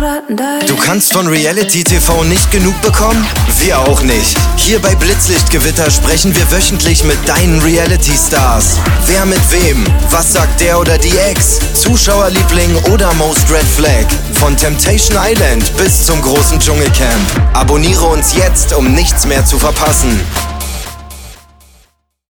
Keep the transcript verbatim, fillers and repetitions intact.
Du kannst von Reality-T V nicht genug bekommen? Wir auch nicht. Hier bei Blitzlichtgewitter sprechen wir wöchentlich mit deinen Reality-Stars. Wer mit wem? Was sagt der oder die Ex? Zuschauerliebling oder Most Red Flag? Von Temptation Island bis zum großen Dschungelcamp. Abonniere uns jetzt, um nichts mehr zu verpassen.